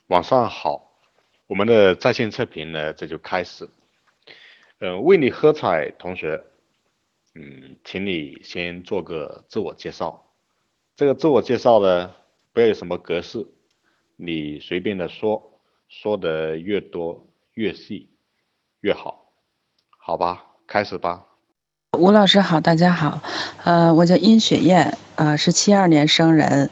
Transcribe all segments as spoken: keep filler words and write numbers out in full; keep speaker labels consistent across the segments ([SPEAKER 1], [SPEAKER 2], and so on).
[SPEAKER 1] 晚上好，我们的在线测评呢，这就开始。呃，为你喝彩，同学，嗯，请你先做个自我介绍。这个自我介绍呢，不要有什么格式，你随便的说，说的越多越细越好，好吧？开始吧。
[SPEAKER 2] 吴老师好，大家好，呃，我叫殷雪燕，啊、是七二年生人，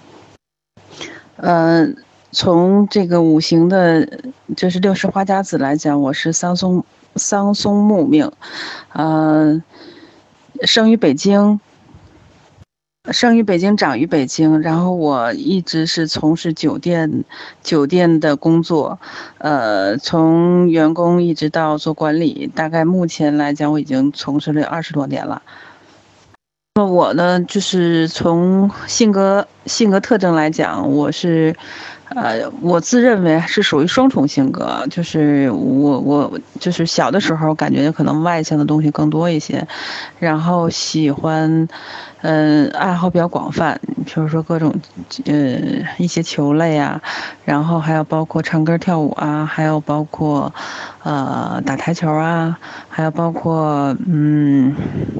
[SPEAKER 2] 呃，从这个五行的，就是六十花甲子来讲，我是桑松桑松木命，呃，生于北京，生于北京，长于北京，然后我一直是从事酒店酒店的工作，呃，从员工一直到做管理，大概目前来讲，我已经从事了二十多年了。那么我呢，就是从性格性格特征来讲，我是，呃，我自认为是属于双重性格，就是我我就是小的时候感觉可能外向的东西更多一些，然后喜欢，嗯、爱好比较广泛，比如说各种，呃，一些球类啊，然后还有包括唱歌跳舞啊，还有包括，呃，打台球啊，还有包括嗯。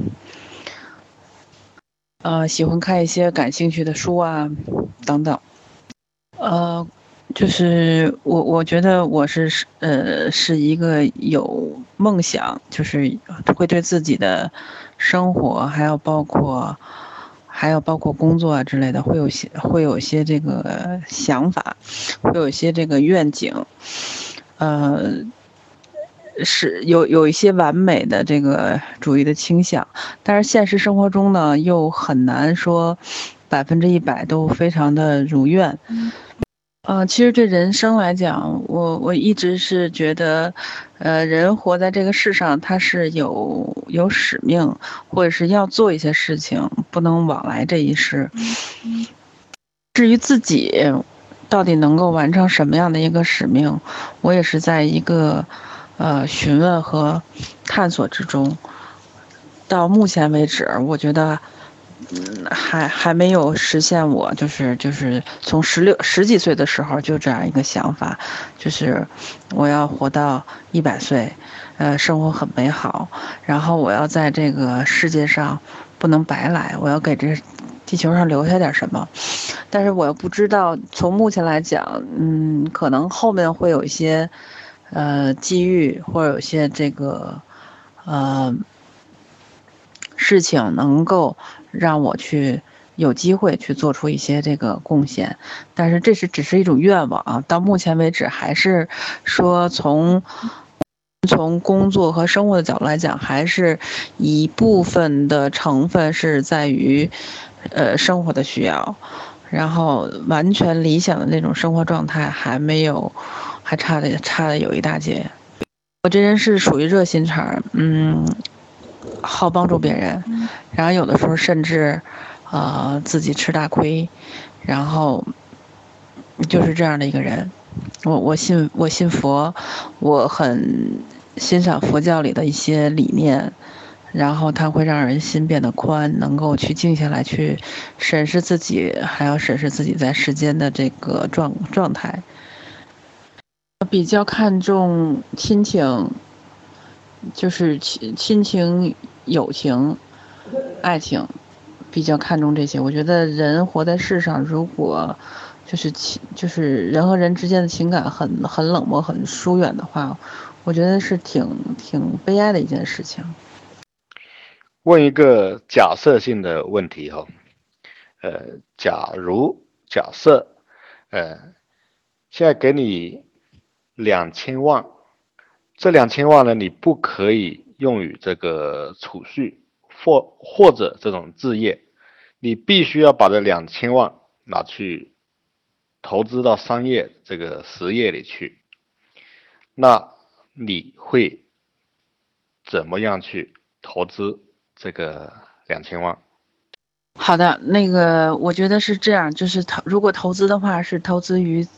[SPEAKER 2] 呃，喜欢看一些感兴趣的书啊，等等。呃，就是我，我觉得我是呃是一个有梦想，就是会对自己的生活，还有包括还有包括工作啊之类的，会有些会有一些这个想法，会有一些这个愿景。呃，是有有一些完美的这个主义的倾向，但是现实生活中呢，又很难说百分之一百都非常的如愿。呃，其实对人生来讲，我我一直是觉得，呃，人活在这个世上，他是有有使命，或者是要做一些事情，不能枉来这一世。至于自己到底能够完成什么样的一个使命，我也是在一个呃询问和探索之中。到目前为止，我觉得，嗯，还还没有实现我就是就是从十六十几岁的时候就这样一个想法，就是我要活到一百岁，呃，生活很美好，然后我要在这个世界上不能白来，我要给这地球上留下点什么。但是我又不知道，从目前来讲，嗯，可能后面会有一些，呃，机遇或者有些这个，呃，事情能够让我去有机会去做出一些这个贡献，但是这是只是一种愿望啊。到目前为止，还是说从从工作和生活的角度来讲，还是一部分的成分是在于，呃，生活的需要。然后完全理想的那种生活状态还没有，还差的差的有一大截。我这人是属于热心肠，嗯，好帮助别人，然后有的时候甚至，呃，自己吃大亏，然后就是这样的一个人。我我信我信佛，我很欣赏佛教里的一些理念，然后它会让人心变得宽，能够去静下来去审视自己，还要审视自己在世间的这个状状态。比较看重亲情，就是亲亲情、友情、爱情，比较看重这些。我觉得人活在世上，如果就是情，就是人和人之间的情感很很冷漠、很疏远的话，我觉得是挺挺悲哀的一件事情。
[SPEAKER 1] 问一个假设性的问题哈，呃，假如假设，呃，现在给你两千万，这两千万呢，你不可以用于这个储蓄或或者这种置业，你必须要把这两千万拿去投资到商业这个实业里去。那你会怎么样去投资这个两千万？
[SPEAKER 2] 好的，那个我觉得是这样，就是投如果投资的话，是投资于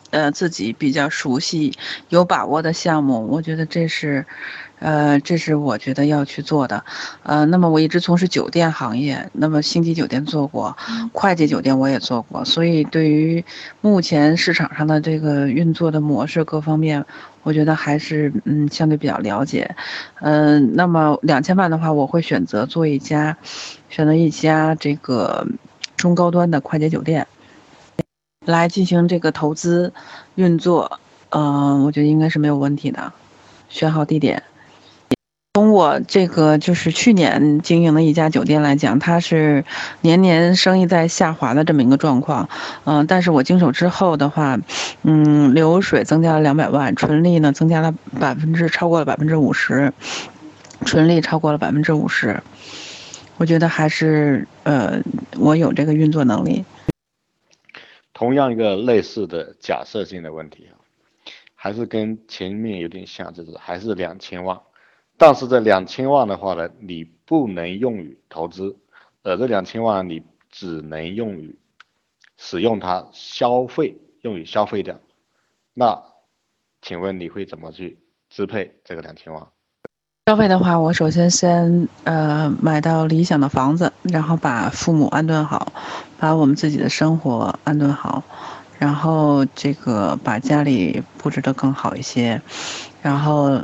[SPEAKER 2] 呃自己比较熟悉、有把握的项目，我觉得这是，呃，这是我觉得要去做的。呃，那么我一直从事酒店行业，那么星级酒店做过，快捷酒店我也做过，所以对于目前市场上的这个运作的模式各方面，我觉得还是嗯相对比较了解。嗯、呃，那么两千万的话，我会选择做一家，选择一家这个中高端的快捷酒店。来进行这个投资运作，嗯、呃，我觉得应该是没有问题的。选好地点，从我这个就是去年经营的一家酒店来讲，它是年年生意在下滑的这么一个状况，嗯、呃，但是我经手之后的话，嗯，流水增加了两百万，纯利呢增加了百分之超过了百分之五十，纯利超过了百分之五十，我觉得还是呃，我有这个运作能力。
[SPEAKER 1] 同样一个类似的假设性的问题啊，还是跟前面有点像，就是还是两千万，但是这两千万的话呢，你不能用于投资，呃，这两千万你只能用于使用它消费，用于消费掉。那请问你会怎么去支配这个两千万？
[SPEAKER 2] 消费的话，我首先先呃买到理想的房子，然后把父母安顿好，把我们自己的生活安顿好，然后这个把家里布置得更好一些，然后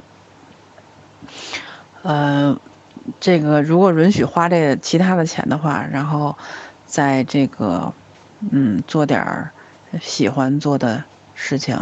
[SPEAKER 2] 呃这个如果允许花这其他的钱的话，然后在这个嗯做点儿喜欢做的事情。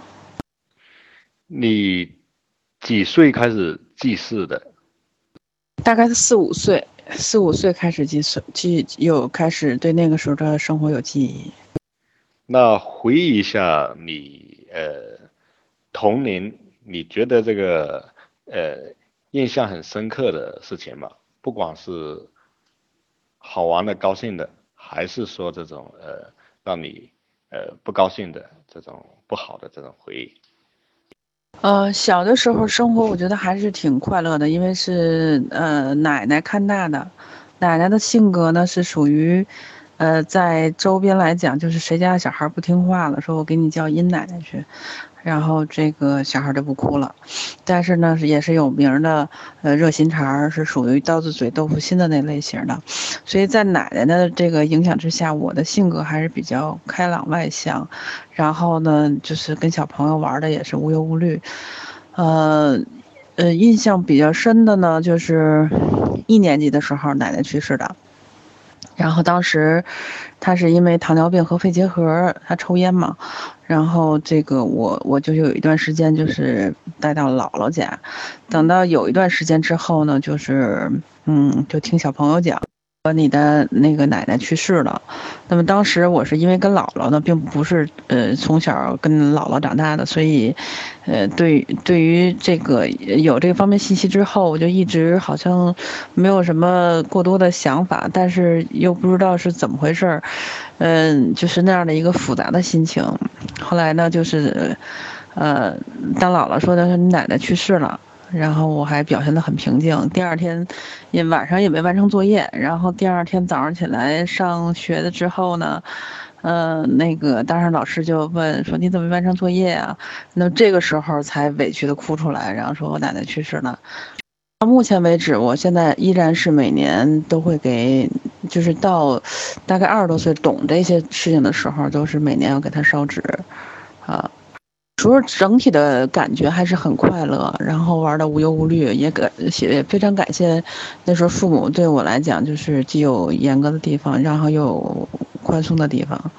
[SPEAKER 1] 你几岁开始记事的？
[SPEAKER 2] 大概是四五岁，四五岁开始记岁记有开始对那个时候的生活有记忆。
[SPEAKER 1] 那回忆一下你呃童年，你觉得这个呃印象很深刻的事情嘛？不管是好玩的、高兴的，还是说这种呃让你呃不高兴的这种不好的这种回忆。
[SPEAKER 2] 呃，小的时候生活我觉得还是挺快乐的，因为是呃奶奶看大的，奶奶的性格呢是属于，呃在周边来讲就是谁家的小孩不听话了，说我给你叫阴奶奶去，然后这个小孩就不哭了。但是呢，也是有名的，呃，热心肠是属于刀子嘴豆腐心的那类型的，所以在奶奶的这个影响之下，我的性格还是比较开朗外向，然后呢，就是跟小朋友玩的也是无忧无虑，呃，呃，印象比较深的呢，就是一年级的时候奶奶去世的。然后当时，他是因为糖尿病和肺结核，他抽烟嘛，然后这个我我就有一段时间就是带到姥姥家，等到有一段时间之后呢，就是嗯，就听小朋友讲。说你的那个奶奶去世了，那么当时我是因为跟姥姥呢，并不是呃从小跟姥姥长大的，所以，呃对对于这个有这方面信息之后，我就一直好像没有什么过多的想法，但是又不知道是怎么回事儿，嗯，就是那样的一个复杂的心情。后来呢，就是，呃，当姥姥说的是你奶奶去世了。然后我还表现得很平静。第二天，也晚上也没完成作业。然后第二天早上起来上学的之后呢，呃，那个当时老师就问说你怎么没完成作业啊？那这个时候才委屈的哭出来，然后说我奶奶去世了。到目前为止，我现在依然是每年都会给，就是到大概二十多岁懂这些事情的时候，都是每年要给他烧纸，啊。除了整体的感觉还是很快乐，然后玩的无忧无虑，也感也非常感谢那时候父母对我来讲，就是既有严格的地方，然后又有宽松的地方。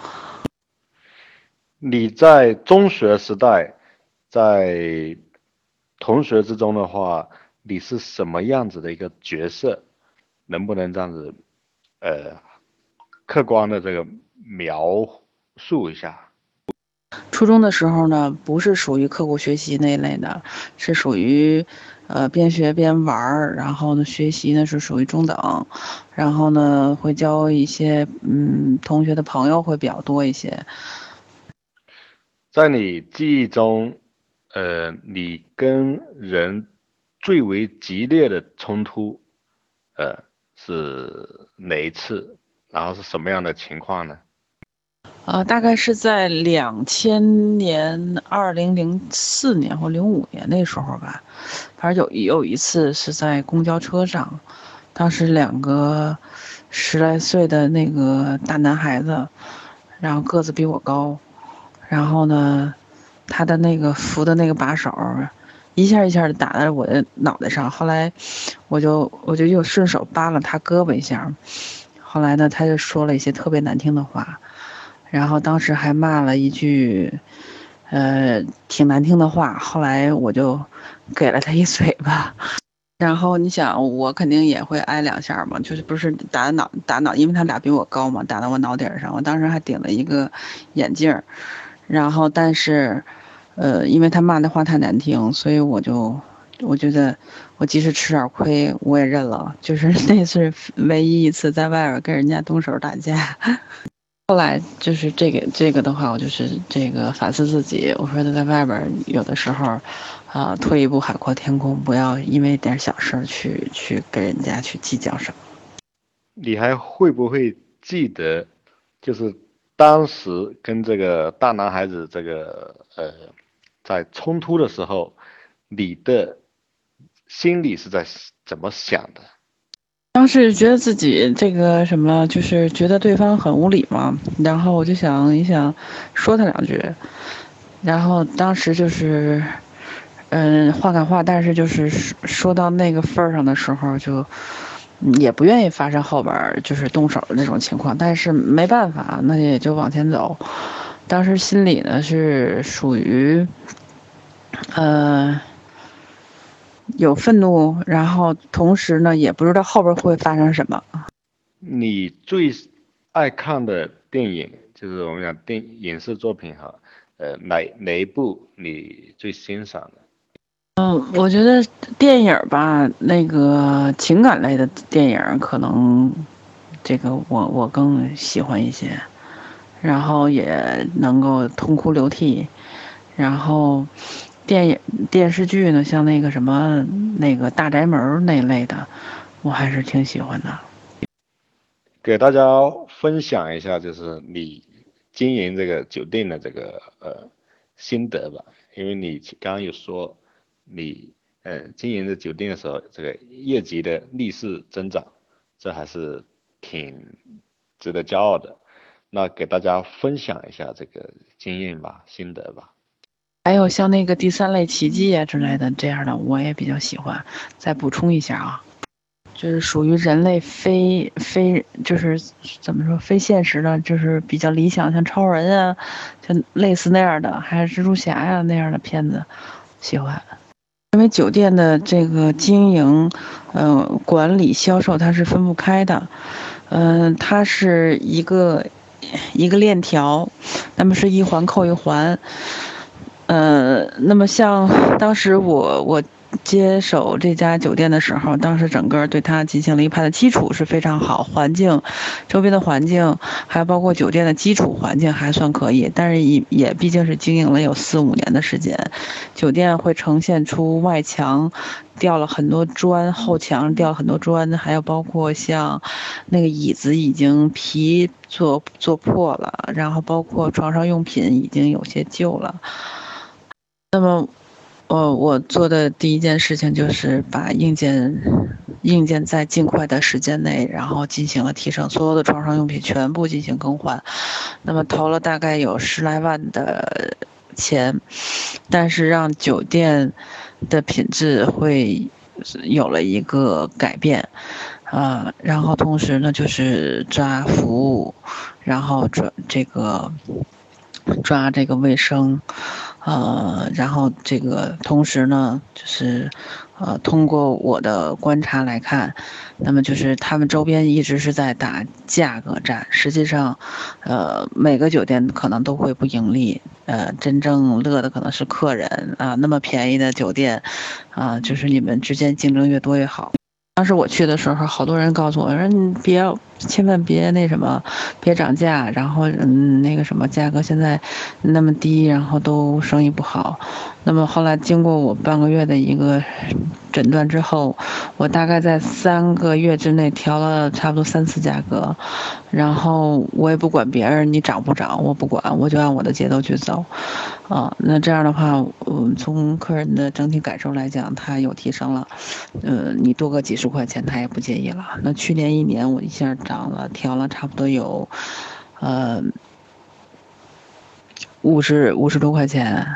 [SPEAKER 1] 你在中学时代，在同学之中的话，你是什么样子的一个角色？能不能这样子，呃，客观的这个描述一下？
[SPEAKER 2] 初中的时候呢，不是属于刻苦学习那一类的，是属于，呃，边学边玩儿，然后呢，学习呢是属于中等，然后呢会交一些嗯同学的朋友会比较多一些。
[SPEAKER 1] 在你记忆中，呃，你跟人最为激烈的冲突，呃，是哪一次？然后是什么样的情况呢？
[SPEAKER 2] 呃，大概是在两千年、二零零四年或零五年那时候吧，反正有有一次是在公交车上，当时两个十来岁的那个大男孩子，然后个子比我高，然后呢，他的那个扶的那个把手，一下一下的打在我的脑袋上，后来我就我就又顺手扒了他胳膊一下，后来呢，他就说了一些特别难听的话。然后当时还骂了一句，呃，挺难听的话。后来我就给了他一嘴巴。然后你想，我肯定也会挨两下嘛，就是不是打脑打脑，因为他俩比我高嘛，打到我脑顶上。我当时还顶了一个眼镜儿，然后但是，呃，因为他骂的话太难听，所以我就我觉得我即使吃点亏，我也认了。就是那是唯一一次在外边跟人家动手打架。后来就是这个这个的话，我就是这个反思自己。我说在外边有的时候，啊、呃，退一步海阔天空，不要因为点小事去去跟人家去计较什么。
[SPEAKER 1] 你还会不会记得，就是当时跟这个大男孩子这个呃在冲突的时候，你的心里是在怎么想的？
[SPEAKER 2] 当时觉得自己这个什么，就是觉得对方很无理嘛，然后我就想一想，说他两句，然后当时就是，嗯，话赶话，但是就是说到那个份儿上的时候，就也不愿意发生后边就是动手的那种情况，但是没办法，那也就往前走。当时心里呢是属于，呃。有愤怒，然后同时呢，也不知道后边会发生什么。
[SPEAKER 1] 你最爱看的电影，就是我们讲电影视作品哈，呃，哪哪一部你最欣赏的？
[SPEAKER 2] 嗯，我觉得电影吧，那个情感类的电影可能这个我我更喜欢一些，然后也能够痛哭流涕，然后电影电视剧呢，像那个什么那个大宅门那类的，我还是挺喜欢的。
[SPEAKER 1] 给大家分享一下，就是你经营这个酒店的这个呃心得吧，因为你刚刚有说你呃经营的酒店的时候，这个业绩的逆势增长，这还是挺值得骄傲的。那给大家分享一下这个经验吧，心得吧。
[SPEAKER 2] 还有像那个第三类奇迹啊之类的这样的，我也比较喜欢。再补充一下啊。就是属于人类非非就是怎么说非现实的，就是比较理想，像超人啊，像类似那样的，还是蜘蛛侠呀、啊、那样的片子，喜欢。因为酒店的这个经营，嗯、呃，管理、销售它是分不开的，嗯、呃，它是一个一个链条，那么是一环扣一环，呃，那么像当时我我。接手这家酒店的时候，当时整个对它进行了一排的基础是非常好，环境，周边的环境，还有包括酒店的基础环境还算可以，但是也也毕竟是经营了有四五年的时间，酒店会呈现出外墙掉了很多砖，后墙掉了很多砖，还有包括像那个椅子已经皮做做破了，然后包括床上用品已经有些旧了，那么。呃，我做的第一件事情就是把硬件，硬件在尽快的时间内，然后进行了提升，所有的床上用品全部进行更换。那么投了大概有十来万的钱，但是让酒店的品质会有了一个改变，呃，然后同时呢就是抓服务，然后抓这个抓这个卫生。呃，然后这个同时呢，就是呃，通过我的观察来看，那么就是他们周边一直是在打价格战，实际上，呃，每个酒店可能都会不盈利，呃，真正乐的可能是客人啊，那么便宜的酒店，啊，就是你们之间竞争越多越好。当时我去的时候，好多人告诉我说：“你别千万别那什么，别涨价，然后嗯那个什么价格现在那么低，然后都生意不好。那么后来经过我半个月的一个诊断之后，我大概在三个月之内调了差不多三次价格，然后我也不管别人你涨不涨，我不管，我就按我的节奏去走。啊，那这样的话，嗯，从客人的整体感受来讲，他有提升了，呃，你多个几十块钱他也不介意了。那去年一年我一下涨了，调了差不多有，呃，五十五十多块钱。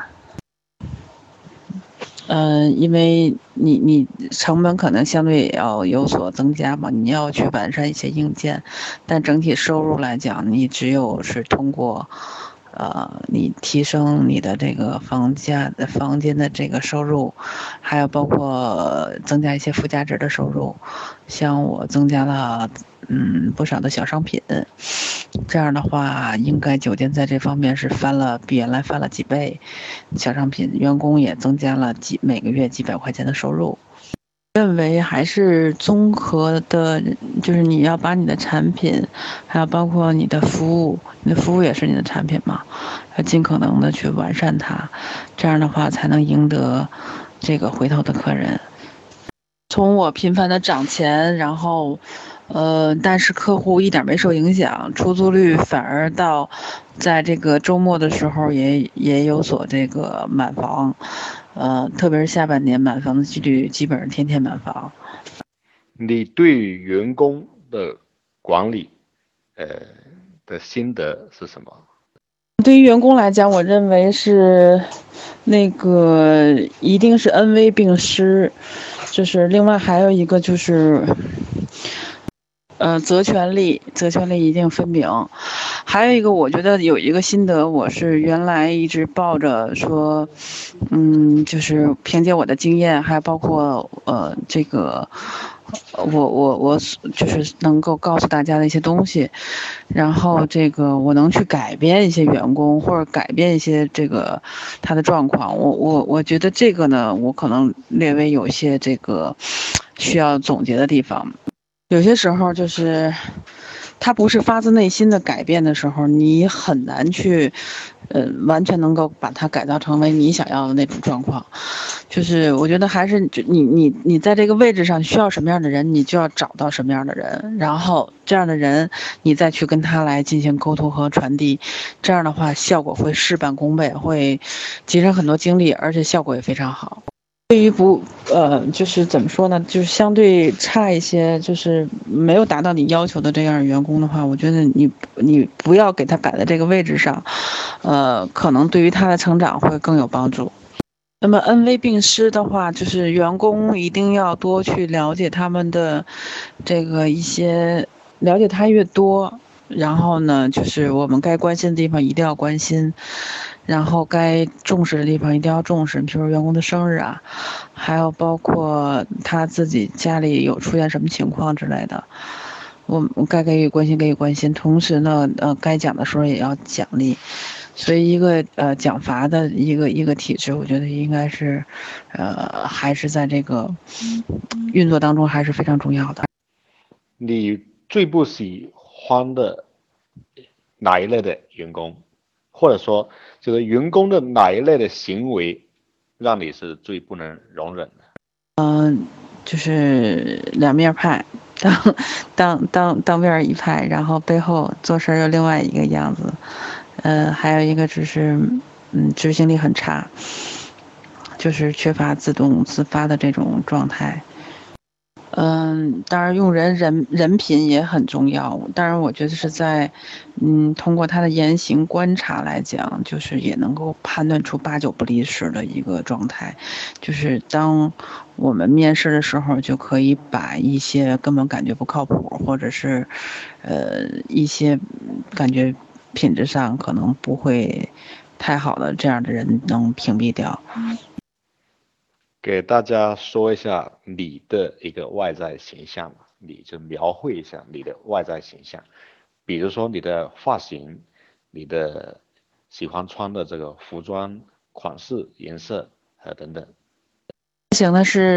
[SPEAKER 2] 嗯、呃，因为你你成本可能相对也要有所增加嘛，你要去完善一些硬件，但整体收入来讲，你只有是通过。呃，你提升你的这个房价的房间的这个收入，还有包括增加一些附加值的收入，像我增加了嗯不少的小商品，这样的话，应该酒店在这方面是翻了，比原来翻了几倍，小商品员工也增加了几每个月几百块钱的收入。认为还是综合的，就是你要把你的产品，还有包括你的服务，你的服务也是你的产品嘛，要尽可能的去完善它，这样的话才能赢得这个回头的客人。从我频繁的涨钱，然后，呃，但是客户一点没受影响，出租率反而到，在这个周末的时候也也有所这个满房，呃，特别是下半年满房的几率基本上天天满房。
[SPEAKER 1] 你对员工的管理，呃的心得是什么？
[SPEAKER 2] 对于员工来讲，我认为是那个一定是恩威并施，就是另外还有一个就是。呃，责权利，责权利一定分明。还有一个，我觉得有一个心得，我是原来一直抱着说，嗯，就是凭借我的经验，还包括呃这个，我我我就是能够告诉大家的一些东西，然后这个我能去改变一些员工或者改变一些这个他的状况。我我我觉得这个呢，我可能略微有一些这个需要总结的地方。有些时候就是，他不是发自内心的改变的时候，你很难去，呃，完全能够把它改造成为你想要的那种状况。就是我觉得还是你你你在这个位置上需要什么样的人，你就要找到什么样的人，然后这样的人你再去跟他来进行沟通和传递，这样的话效果会事半功倍，会节省很多精力，而且效果也非常好。对于不呃，就是怎么说呢，就是相对差一些，就是没有达到你要求的这样员工的话，我觉得你你不要给他摆在这个位置上，呃，可能对于他的成长会更有帮助。那么恩威并施的话，就是员工一定要多去了解他们的这个一些，了解他越多，然后呢，就是我们该关心的地方一定要关心。然后该重视的地方一定要重视，比如员工的生日啊，还有包括他自己家里有出现什么情况之类的，我我该给予关心给予关心，同时呢，呃，该奖的时候也要奖励，所以一个呃奖罚的一个一个体制，我觉得应该是，呃，还是在这个运作当中还是非常重要的。
[SPEAKER 1] 你最不喜欢的哪一类的员工，或者说这个员工的哪一类的行为，让你是最不能容忍的？
[SPEAKER 2] 嗯，就是两面派，当当当当面一派，然后背后做事又另外一个样子。呃，还有一个就是，嗯，执行力很差，就是缺乏自动自发的这种状态。嗯，当然用人人人品也很重要。当然，我觉得是在，嗯，通过他的言行观察来讲，就是也能够判断出八九不离十的一个状态。就是当我们面试的时候，就可以把一些根本感觉不靠谱，或者是，呃，一些感觉品质上可能不会太好的这样的人能屏蔽掉。
[SPEAKER 1] 给大家说一下你的一个外在形象嘛，你就描绘一下你的外在形象，比如说你的发型，你的喜欢穿的这个服装款式、颜色呃等等。
[SPEAKER 2] 行的是。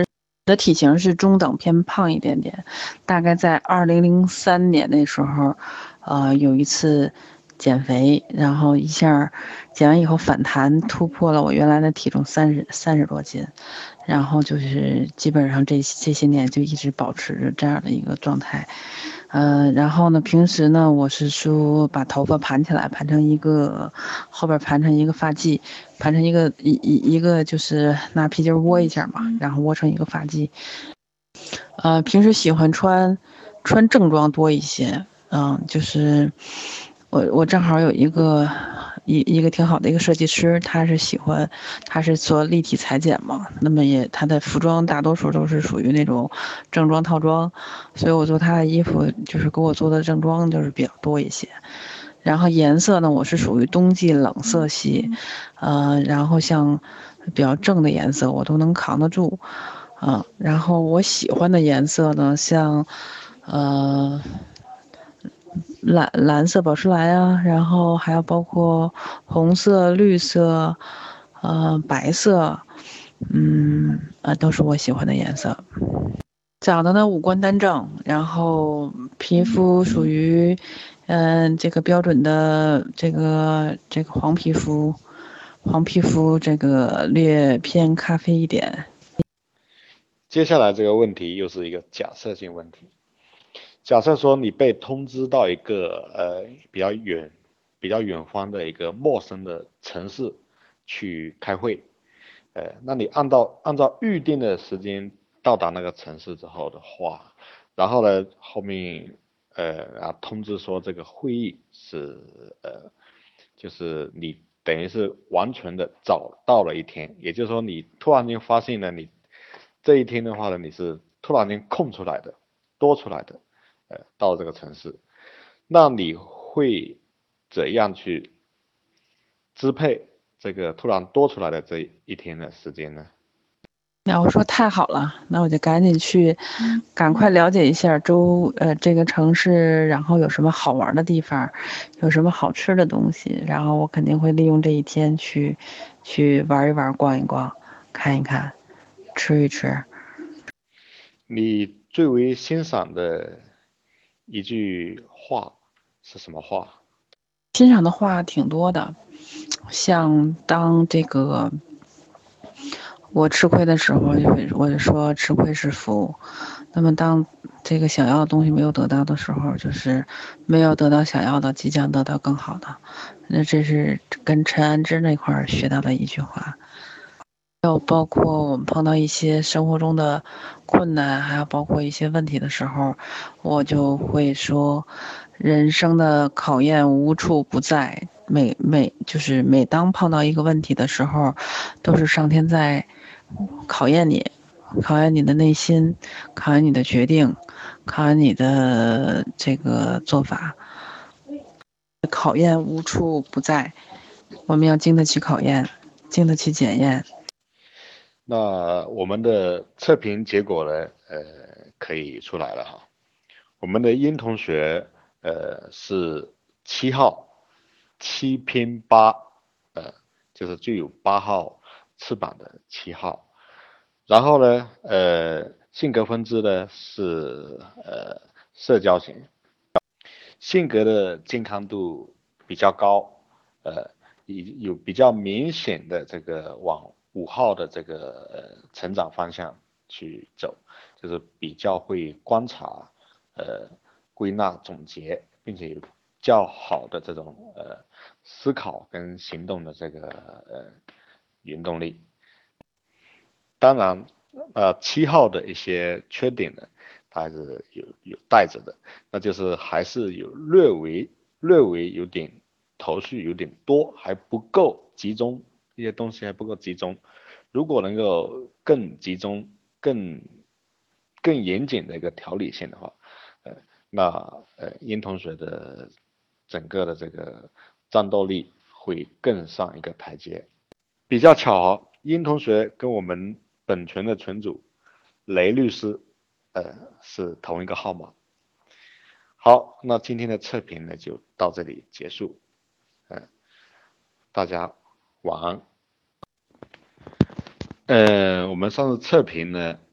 [SPEAKER 2] 的体型是中等偏胖一点点，大概在二零零三年那时候，呃，有一次减肥，然后一下减完以后反弹突破了我原来的体重三十三十多斤，然后就是基本上这这些年就一直保持着这样的一个状态。呃，然后呢，平时呢，我是说把头发盘起来，盘成一个，后边盘成一个发髻，盘成一个一一一个就是拿皮筋窝一下嘛，然后窝成一个发髻。呃，平时喜欢穿穿正装多一些，嗯，就是我我正好有一个一一个挺好的一个设计师，他是喜欢他是做立体裁剪嘛，那么也他的服装大多数都是属于那种正装套装，所以我做他的衣服就是给我做的正装就是比较多一些。然后颜色呢，我是属于冬季冷色系，呃，然后像比较正的颜色我都能扛得住。啊，然后我喜欢的颜色呢，像，呃，蓝蓝色宝石蓝啊，然后还有包括红色、绿色，呃，白色，嗯，啊，都是我喜欢的颜色。长得呢五官端正，然后皮肤属于，嗯、这个标准的这个这个黄皮肤，黄皮肤这个略偏咖啡一点。
[SPEAKER 1] 接下来这个问题又是一个假设性问题。假设说你被通知到一个呃比较远、比较远方的一个陌生的城市去开会，呃，那你按照按照预定的时间到达那个城市之后的话，然后呢后面呃啊通知说这个会议是呃就是你等于是完全的早到了一天，也就是说你突然间发现了你这一天的话呢你是突然间空出来的、多出来的。呃，到这个城市，那你会怎样去支配这个突然多出来的这一天的时间呢？
[SPEAKER 2] 那我说太好了，那我就赶紧去，赶快了解一下周呃这个城市，然后有什么好玩的地方，有什么好吃的东西，然后我肯定会利用这一天去，去玩一玩、逛一逛、看一看、吃一吃。
[SPEAKER 1] 你最为欣赏的一句话是什么话？
[SPEAKER 2] 欣赏的话挺多的，像当这个我吃亏的时候，就会我就说吃亏是福。那么当这个想要的东西没有得到的时候，就是没有得到想要的，即将得到更好的。那这是跟陈安之那块儿学到的一句话。还有包括我们碰到一些生活中的困难，还有包括一些问题的时候，我就会说，人生的考验无处不在，每每就是每当碰到一个问题的时候，都是上天在考验你，考验你的内心，考验你的决定，考验你的这个做法。考验无处不在，我们要经得起考验，经得起检验。
[SPEAKER 1] 那我们的测评结果呢？呃，可以出来了哈。我们的殷同学，呃，是七号，七拼八，呃，就是具有八号翅膀的七号。然后呢，呃，性格分支呢是呃社交型，性格的健康度比较高，呃，有有比较明显的这个往五号的这个呃成长方向去走，就是比较会观察，呃，归纳总结，并且有较好的这种呃思考跟行动的这个呃原动力。当然，呃，七号的一些缺点呢，它还是有有带着的，那就是还是有略微略微有点头绪有点多，还不够集中，一些东西还不够集中。如果能够更集中、更更严谨的一个条理性的话，呃，那呃殷同学的整个的这个战斗力会更上一个台阶。比较巧合，殷同学跟我们本群的群主雷律师，呃，是同一个号码。好，那今天的测评呢就到这里结束，呃，大家晚安。呃，我们上次测评呢，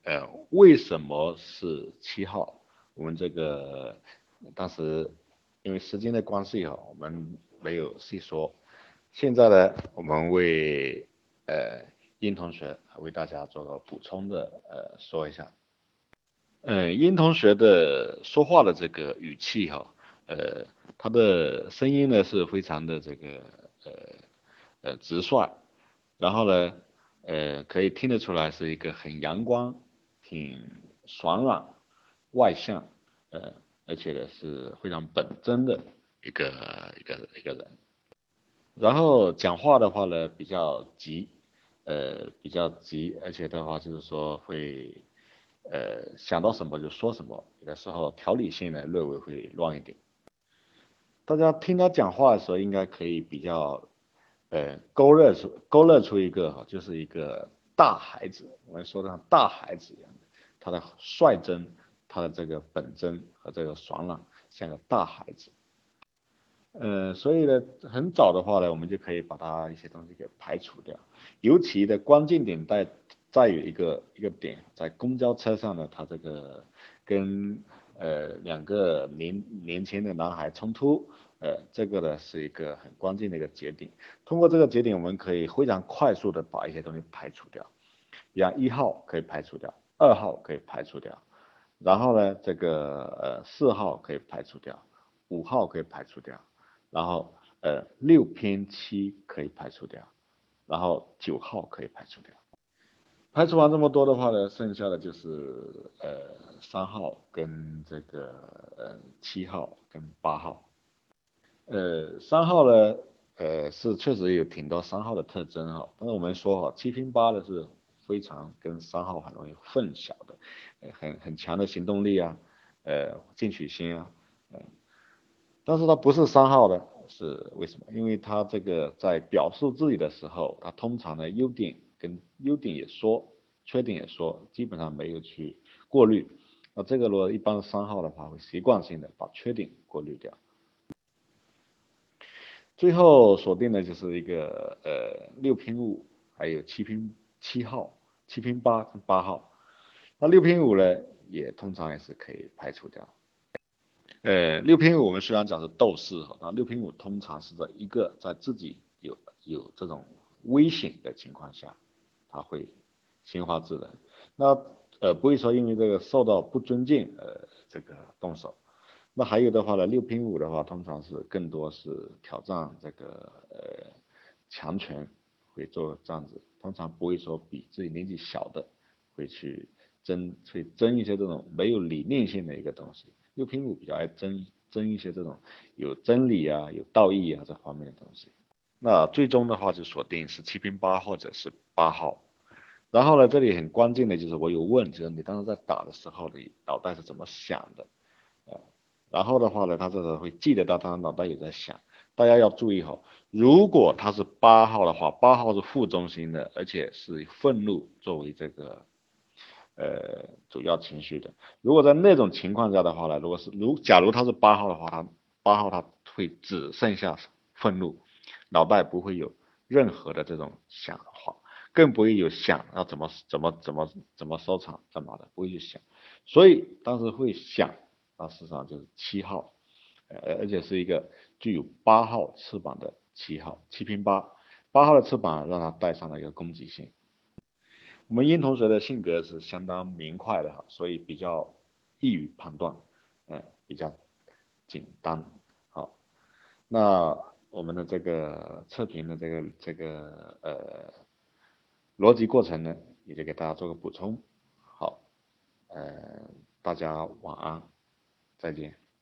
[SPEAKER 1] 呃，为什么是七号？我们这个当时因为时间的关系哈，我们没有细说。现在呢，我们为呃殷同学为大家做个补充的呃说一下。呃，殷同学的说话的这个语气哈，呃，他的声音呢是非常的这个呃呃直率，然后呢，呃，可以听得出来是一个很阳光、挺爽朗、外向，呃，而且呢是非常本真的一个一个一个人。然后讲话的话呢比较急，呃，比较急，而且的话就是说会，呃，想到什么就说什么，有的时候条理性呢略微会乱一点。大家听他讲话的时候，应该可以比较，呃，勾勒出勾勒出一个哈，就是一个大孩子，我们说的像大孩子一样的，他的率真，他的这个本真和这个爽朗，像个大孩子。呃，所以呢，很早的话呢，我们就可以把它一些东西给排除掉。尤其的关键点在在于一个一个点，在公交车上呢，他这个跟呃两个年年轻的男孩冲突，呃，这个呢是一个很关键的一个节点。通过这个节点，我们可以非常快速的把一些东西排除掉，比方一号可以排除掉，二号可以排除掉，然后呢，这个呃四号可以排除掉，五号可以排除掉。然后呃六偏七可以排除掉，然后九号可以排除掉。排除完这么多的话呢，剩下的就是呃三号跟这个呃七号跟八号。呃三号呢，呃是确实有挺多三号的特征哈，但是我们说哈七拼八的是非常跟三号很容易混淆的，呃很很强的行动力啊，呃进取心啊，呃但是它不是三号的，是为什么？因为它这个在表述自己的时候，它通常呢优点跟优点也说，缺点也说，基本上没有去过滤。那这个如果一般三号的话，会习惯性的把缺点过滤掉。最后锁定的就是一个呃六拼五，还有七拼七号、七拼八跟八号。那六拼五呢，也通常也是可以排除掉。呃，六拼五我们虽然讲是斗士哈，那六拼五通常是在一个在自己有有这种危险的情况下，他会先发制人。那呃不会说因为这个受到不尊敬呃这个动手。那还有的话呢，六拼五的话，通常是更多是挑战这个呃强权会做这样子，通常不会说比自己年纪小的会去争去争一些这种没有理念性的一个东西。六拼五比较爱争争一些这种有真理啊、有道义啊这方面的东西。那最终的话就锁定是七拼八或者是八号。然后呢，这里很关键的就是我有问，就是你当时在打的时候，你脑袋是怎么想的？呃，然后的话呢，他这个会记得到他脑袋有在想。大家要注意哈，如果他是八号的话，八号是负中心的，而且是以愤怒作为这个呃主要情绪的。如果在那种情况下的话呢，如果是如假如他是八号的话，他八号他会只剩下愤怒，脑袋不会有任何的这种想法，更不会有想要怎么怎么怎么怎么收场干嘛的，不会去想。所以当时会想，那事实上就是七号，呃，而且是一个具有八号翅膀的七号，七拼八，八号的翅膀让他带上了一个攻击性。我们殷同学的性格是相当明快的哈，所以比较易于判断，嗯，比较简单。好，那我们的这个测评的这个这个呃逻辑过程呢，也就给大家做个补充。好，呃，大家晚安，再见。